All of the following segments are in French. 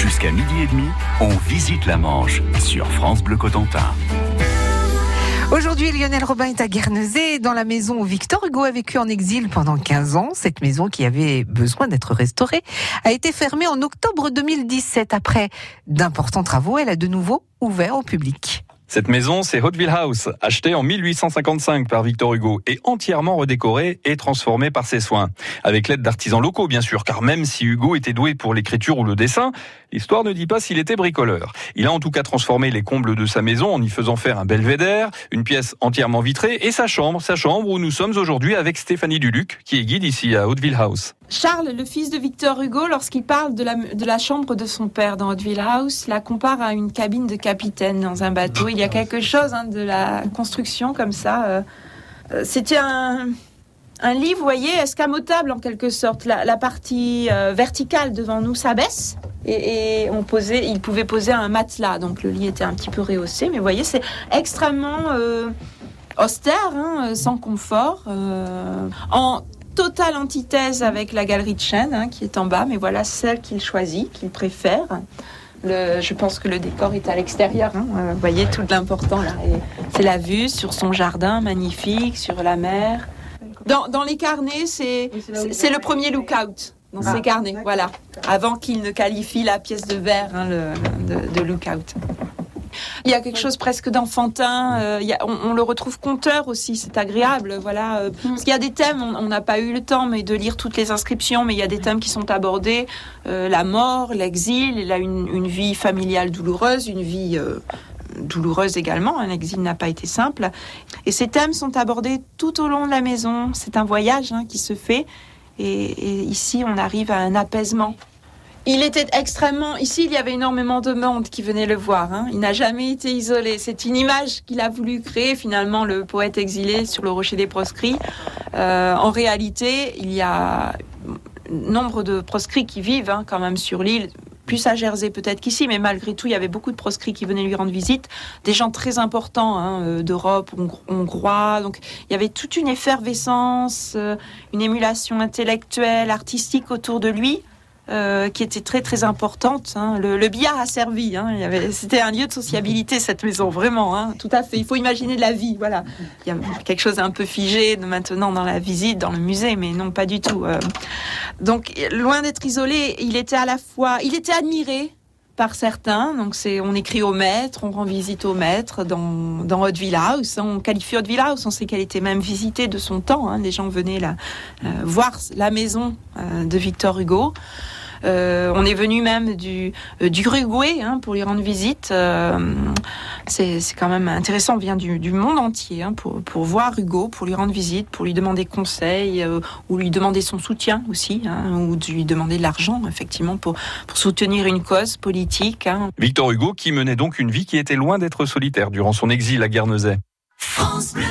Jusqu'à 12h30, on visite la Manche sur France Bleu Cotentin. Aujourd'hui, Lionel Robin est à Guernesey, dans la maison où Victor Hugo a vécu en exil pendant 15 ans. Cette maison, qui avait besoin d'être restaurée, a été fermée en octobre 2017. Après d'importants travaux, elle a de nouveau ouvert au public. Cette maison, c'est Hauteville House, achetée en 1855 par Victor Hugo et entièrement redécorée et transformée par ses soins. Avec l'aide d'artisans locaux, bien sûr, car même si Hugo était doué pour l'écriture ou le dessin, l'histoire ne dit pas s'il était bricoleur. Il a en tout cas transformé les combles de sa maison en y faisant faire un belvédère, une pièce entièrement vitrée et sa chambre où nous sommes aujourd'hui avec Stéphanie Duluc, qui est guide ici à Hauteville House. Charles, le fils de Victor Hugo, lorsqu'il parle de la chambre de son père dans Hauteville House, la compare à une cabine de capitaine dans un bateau. Il y a quelque chose de la construction comme ça. C'était un lit, vous voyez, escamotable en quelque sorte. La partie verticale devant nous s'abaisse et il pouvait poser un matelas. Donc le lit était un petit peu rehaussé, mais vous voyez, c'est extrêmement austère, sans confort, en totale antithèse avec la galerie de chêne qui est en bas, mais voilà celle qu'il choisit, qu'il préfère. Je pense que le décor est à l'extérieur. Vous voyez, tout l'important là, c'est la vue sur son jardin magnifique, sur la mer. Dans les carnets, c'est le premier lookout. Dans ces carnets, voilà. Avant qu'il ne qualifie la pièce de verre de lookout. Il y a quelque chose presque d'enfantin. On le retrouve conteur aussi, c'est agréable, voilà. Parce qu'il y a des thèmes, on n'a pas eu le temps de lire toutes les inscriptions, mais il y a des thèmes qui sont abordés, la mort, l'exil, il a une vie familiale douloureuse, une vie douloureuse également. L'exil n'a pas été simple. Et ces thèmes sont abordés tout au long de la maison. C'est un voyage qui se fait. Et ici, on arrive à un apaisement. Il était extrêmement... Ici, il y avait énormément de monde qui venait le voir. Il n'a jamais été isolé. C'est une image qu'il a voulu créer, finalement, le poète exilé sur le rocher des proscrits. En réalité, il y a nombre de proscrits qui vivent quand même sur l'île, plus à Jersey peut-être qu'ici, mais malgré tout, il y avait beaucoup de proscrits qui venaient lui rendre visite, des gens très importants d'Europe, hongrois. Donc, il y avait toute une effervescence, une émulation intellectuelle, artistique autour de lui, qui était très très importante. Le billard a servi. C'était un lieu de sociabilité, cette maison, vraiment. Tout à fait. Il faut imaginer de la vie. Voilà. Il y a quelque chose d'un peu figé maintenant dans la visite, dans le musée, mais non, pas du tout. Donc, loin d'être isolé, il était admiré par certains. Donc, on écrit au maître, on rend visite au maître dans Hauteville House. On qualifie Hauteville House. On sait qu'elle était même visitée de son temps. Les gens venaient voir la maison de Victor Hugo. On est venu même du Uruguay pour lui rendre visite. C'est quand même intéressant. On vient du monde entier pour voir Hugo, pour lui rendre visite, pour lui demander conseil, ou lui demander son soutien aussi, ou lui demander de l'argent, effectivement, pour soutenir une cause politique. Victor Hugo qui menait donc une vie qui était loin d'être solitaire durant son exil à Guernesey. France Bleu.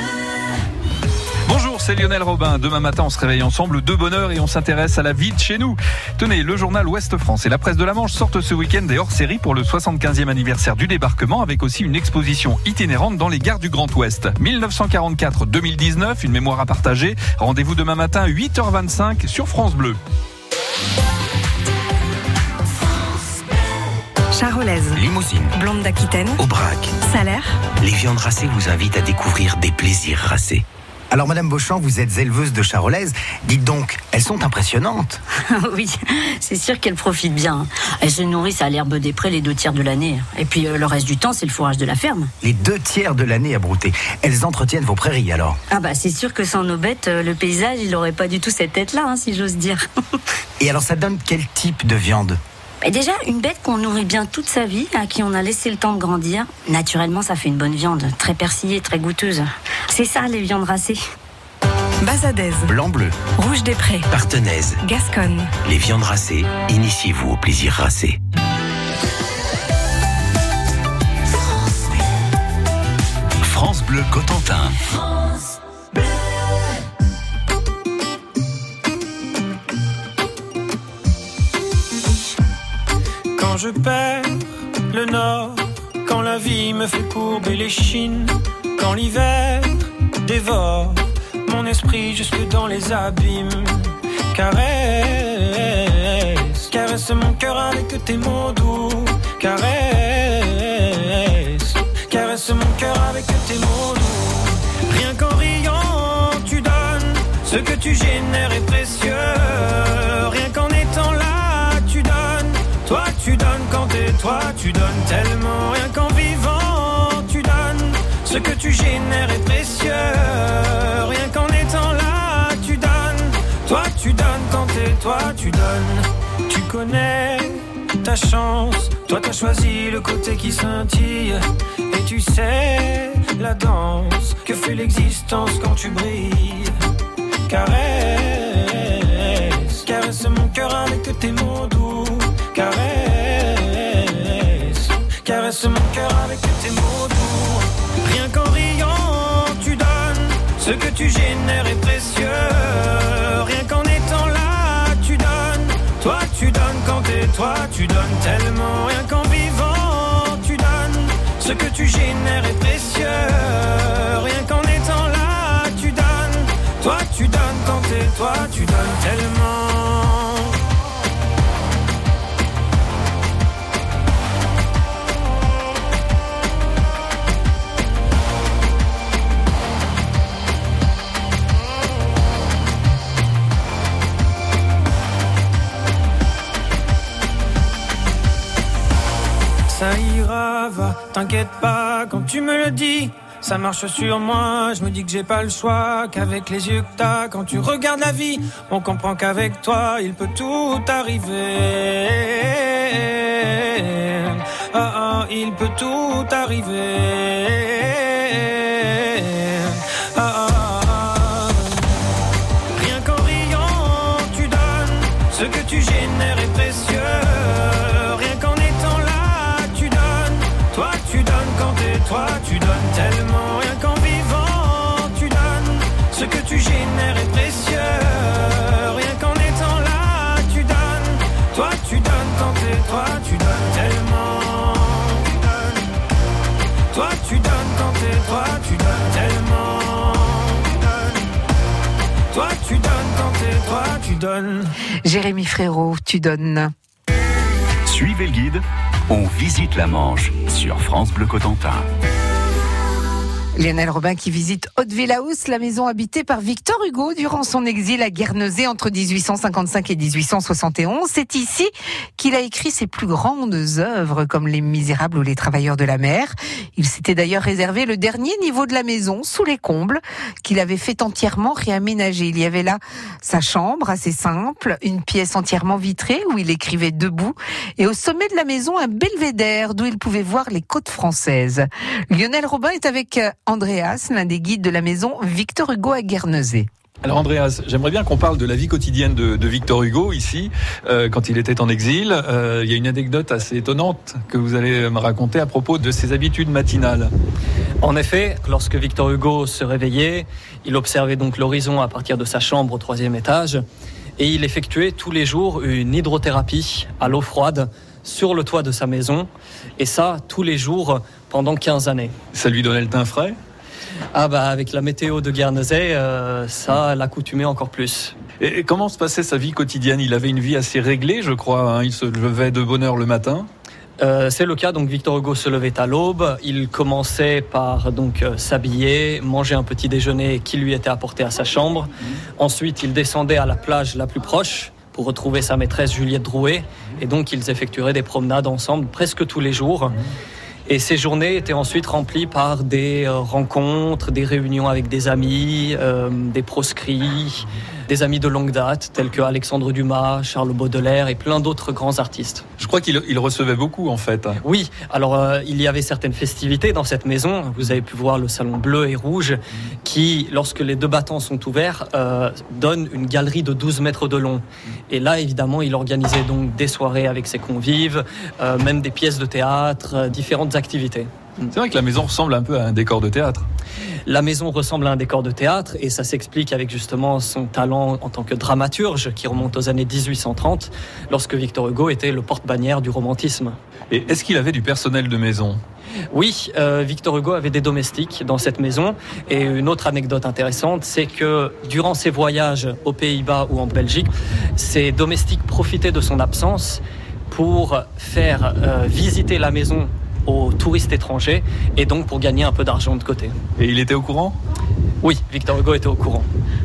Bonjour, c'est Lionel Robin. Demain matin, on se réveille ensemble de bonne heure et on s'intéresse à la vie de chez nous. Tenez, le journal Ouest France et la presse de la Manche sortent ce week-end des hors-séries pour le 75e anniversaire du débarquement, avec aussi une exposition itinérante dans les gares du Grand Ouest. 1944-2019, une mémoire à partager. Rendez-vous demain matin, 8h25 sur France Bleu. Charolaise, Limousine, blonde d'Aquitaine, Aubrac, Salaire. Les viandes racées vous invitent à découvrir des plaisirs racés. Alors Madame Beauchamp, vous êtes éleveuse de charolaises. Dites donc, elles sont impressionnantes. Oui, c'est sûr qu'elles profitent bien. Elles se nourrissent à l'herbe des prés les 2 tiers de l'année. Et puis le reste du temps, c'est le fourrage de la ferme. Les 2 tiers de l'année à brouter. Elles entretiennent vos prairies alors. Ah bah c'est sûr que sans nos bêtes, le paysage, il aurait pas du tout cette tête-là, si j'ose dire. Et alors ça donne quel type de viande ? Déjà, une bête qu'on nourrit bien toute sa vie, à qui on a laissé le temps de grandir, naturellement, ça fait une bonne viande, très persillée, très goûteuse. C'est ça, les viandes racées. Bazadaise, Blanc-bleu, Rouge des Prés, Partenaise, Gasconne. les viandes racées, initiez-vous au plaisir racé. France Bleu Cotentin. Quand je perds le nord, quand la vie me fait courber les chines, quand l'hiver dévore mon esprit jusque dans les abîmes, caresse mon cœur avec tes mots doux, tu génères est précieux. Rien qu'en étant là, tu donnes. Toi, tu donnes quand t'es toi, tu donnes tellement. Rien qu'en vivant, tu donnes. Ce que tu génères est précieux. Rien qu'en étant là, tu donnes. Toi, tu donnes quand t'es toi, tu donnes. Tu connais ta chance. Toi, t'as choisi le côté qui scintille. Et tu sais la danse que fait l'existence quand tu brilles. Caresse, caresse mon cœur avec tes mots doux. Caresse, caresse mon cœur avec tes mots doux. Rien qu'en riant, tu donnes. Ce que tu génères est précieux. Rien qu'en étant là, tu donnes. Toi, tu donnes quand t'es toi, tu donnes tellement. Rien qu'en vivant, tu donnes. Ce que tu génères est précieux. Rien qu'en étant là, tu donnes. Toi, tu donnes quand t'es toi, tu donnes tellement. Ça ira, va, t'inquiète pas quand tu me le dis. Ça marche sur moi, je me dis que j'ai pas le choix. Qu'avec les yeux que t'as, quand tu regardes la vie, on comprend qu'avec toi, il peut tout arriver. Ah, il peut tout arriver. Rien qu'en riant, tu donnes. Ce que tu génères est précieux. Rien qu'en étant là, tu donnes. Toi, tu donnes quand t'es toi, tu donnes tellement. Rien qu'en vivant, tu donnes. Ce que tu génères est précieux. Rien qu'en étant là, tu donnes. Toi, tu donnes quand t'es toi, tu donnes tellement. Toi, tu donnes quand t'es toi, tu donnes tellement. Toi, tu donnes quand t'es toi, tu donnes. Jérémy Frérot, tu donnes. Suivez le guide, on visite la Manche sur France Bleu Cotentin. Lionel Robin qui visite Hauteville-House, la maison habitée par Victor Hugo durant son exil à Guernesey entre 1855 et 1871. C'est ici qu'il a écrit ses plus grandes œuvres comme Les Misérables ou Les Travailleurs de la mer. Il s'était d'ailleurs réservé le dernier niveau de la maison, sous les combles, qu'il avait fait entièrement réaménager. Il y avait là sa chambre, assez simple, une pièce entièrement vitrée où il écrivait debout, et au sommet de la maison, un belvédère d'où il pouvait voir les côtes françaises. Lionel Robin est avec Andreas, l'un des guides de la maison Victor Hugo à Guernesey. Alors Andreas, j'aimerais bien qu'on parle de la vie quotidienne de Victor Hugo ici, quand il était en exil. Il y a une anecdote assez étonnante que vous allez me raconter à propos de ses habitudes matinales. En effet, lorsque Victor Hugo se réveillait, il observait donc l'horizon à partir de sa chambre au 3e étage et il effectuait tous les jours une hydrothérapie à l'eau froide sur le toit de sa maison, et ça tous les jours pendant 15 années. Ça lui donnait le teint frais ? Ah bah avec la météo de Guernesey, ça l'accoutumait encore plus. Et comment se passait sa vie quotidienne ? Il avait une vie assez réglée, je crois, hein. Il se levait de bonne heure le matin. C'est le cas, donc Victor Hugo se levait à l'aube, il commençait par donc s'habiller, manger un petit déjeuner qui lui était apporté à sa chambre. Ensuite, il descendait à la plage la plus proche pour retrouver sa maîtresse Juliette Drouet, et donc ils effectueraient des promenades ensemble presque tous les jours. Et ces journées étaient ensuite remplies par des rencontres, des réunions avec des amis, des proscrits, des amis de longue date, tels que Alexandre Dumas, Charles Baudelaire et plein d'autres grands artistes. Je crois qu'il recevait beaucoup en fait. Oui, alors il y avait certaines festivités dans cette maison. Vous avez pu voir le salon bleu et rouge qui, lorsque les deux battants sont ouverts, donne une galerie de 12 mètres de long. Et là, évidemment, il organisait donc des soirées avec ses convives, même des pièces de théâtre, différentes activités. C'est vrai que la maison ressemble un peu à un décor de théâtre. La maison ressemble à un décor de théâtre et ça s'explique avec justement son talent en tant que dramaturge qui remonte aux années 1830 lorsque Victor Hugo était le porte-bannière du romantisme. Et est-ce qu'il avait du personnel de maison ? Oui, Victor Hugo avait des domestiques dans cette maison. Et une autre anecdote intéressante, c'est que durant ses voyages aux Pays-Bas ou en Belgique, ses domestiques profitaient de son absence pour faire visiter la maison aux touristes étrangers et donc pour gagner un peu d'argent de côté. Et il était au courant ? Oui, Victor Hugo était au courant.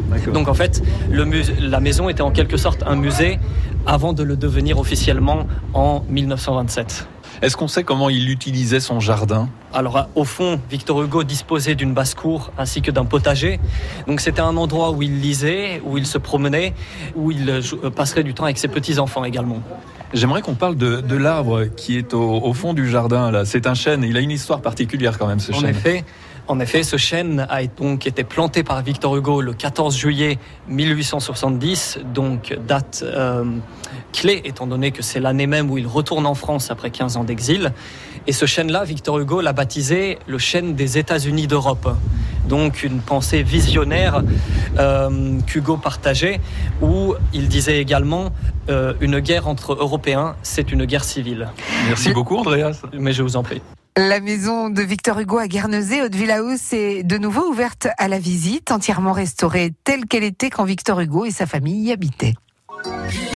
D'accord. Donc en fait, la maison était en quelque sorte un musée avant de le devenir officiellement en 1927. Est-ce qu'on sait comment il utilisait son jardin ? Alors au fond, Victor Hugo disposait d'une basse-cour ainsi que d'un potager. Donc c'était un endroit où il lisait, où il se promenait, où il passerait du temps avec ses petits-enfants également. J'aimerais qu'on parle de l'arbre qui est au fond du jardin. Là. C'est un chêne, il a une histoire particulière quand même ce chêne. En effet, ce chêne a donc été planté par Victor Hugo le 14 juillet 1870, donc date clé, étant donné que c'est l'année même où il retourne en France après 15 ans d'exil. Et ce chêne-là, Victor Hugo l'a baptisé le chêne des États-Unis d'Europe. Donc une pensée visionnaire qu'Hugo partageait, où il disait également une guerre entre Européens, c'est une guerre civile. Merci beaucoup Andreas. Mais je vous en prie. La maison de Victor Hugo à Guernesey, Hauteville House, est de nouveau ouverte à la visite, entièrement restaurée telle qu'elle était quand Victor Hugo et sa famille y habitaient.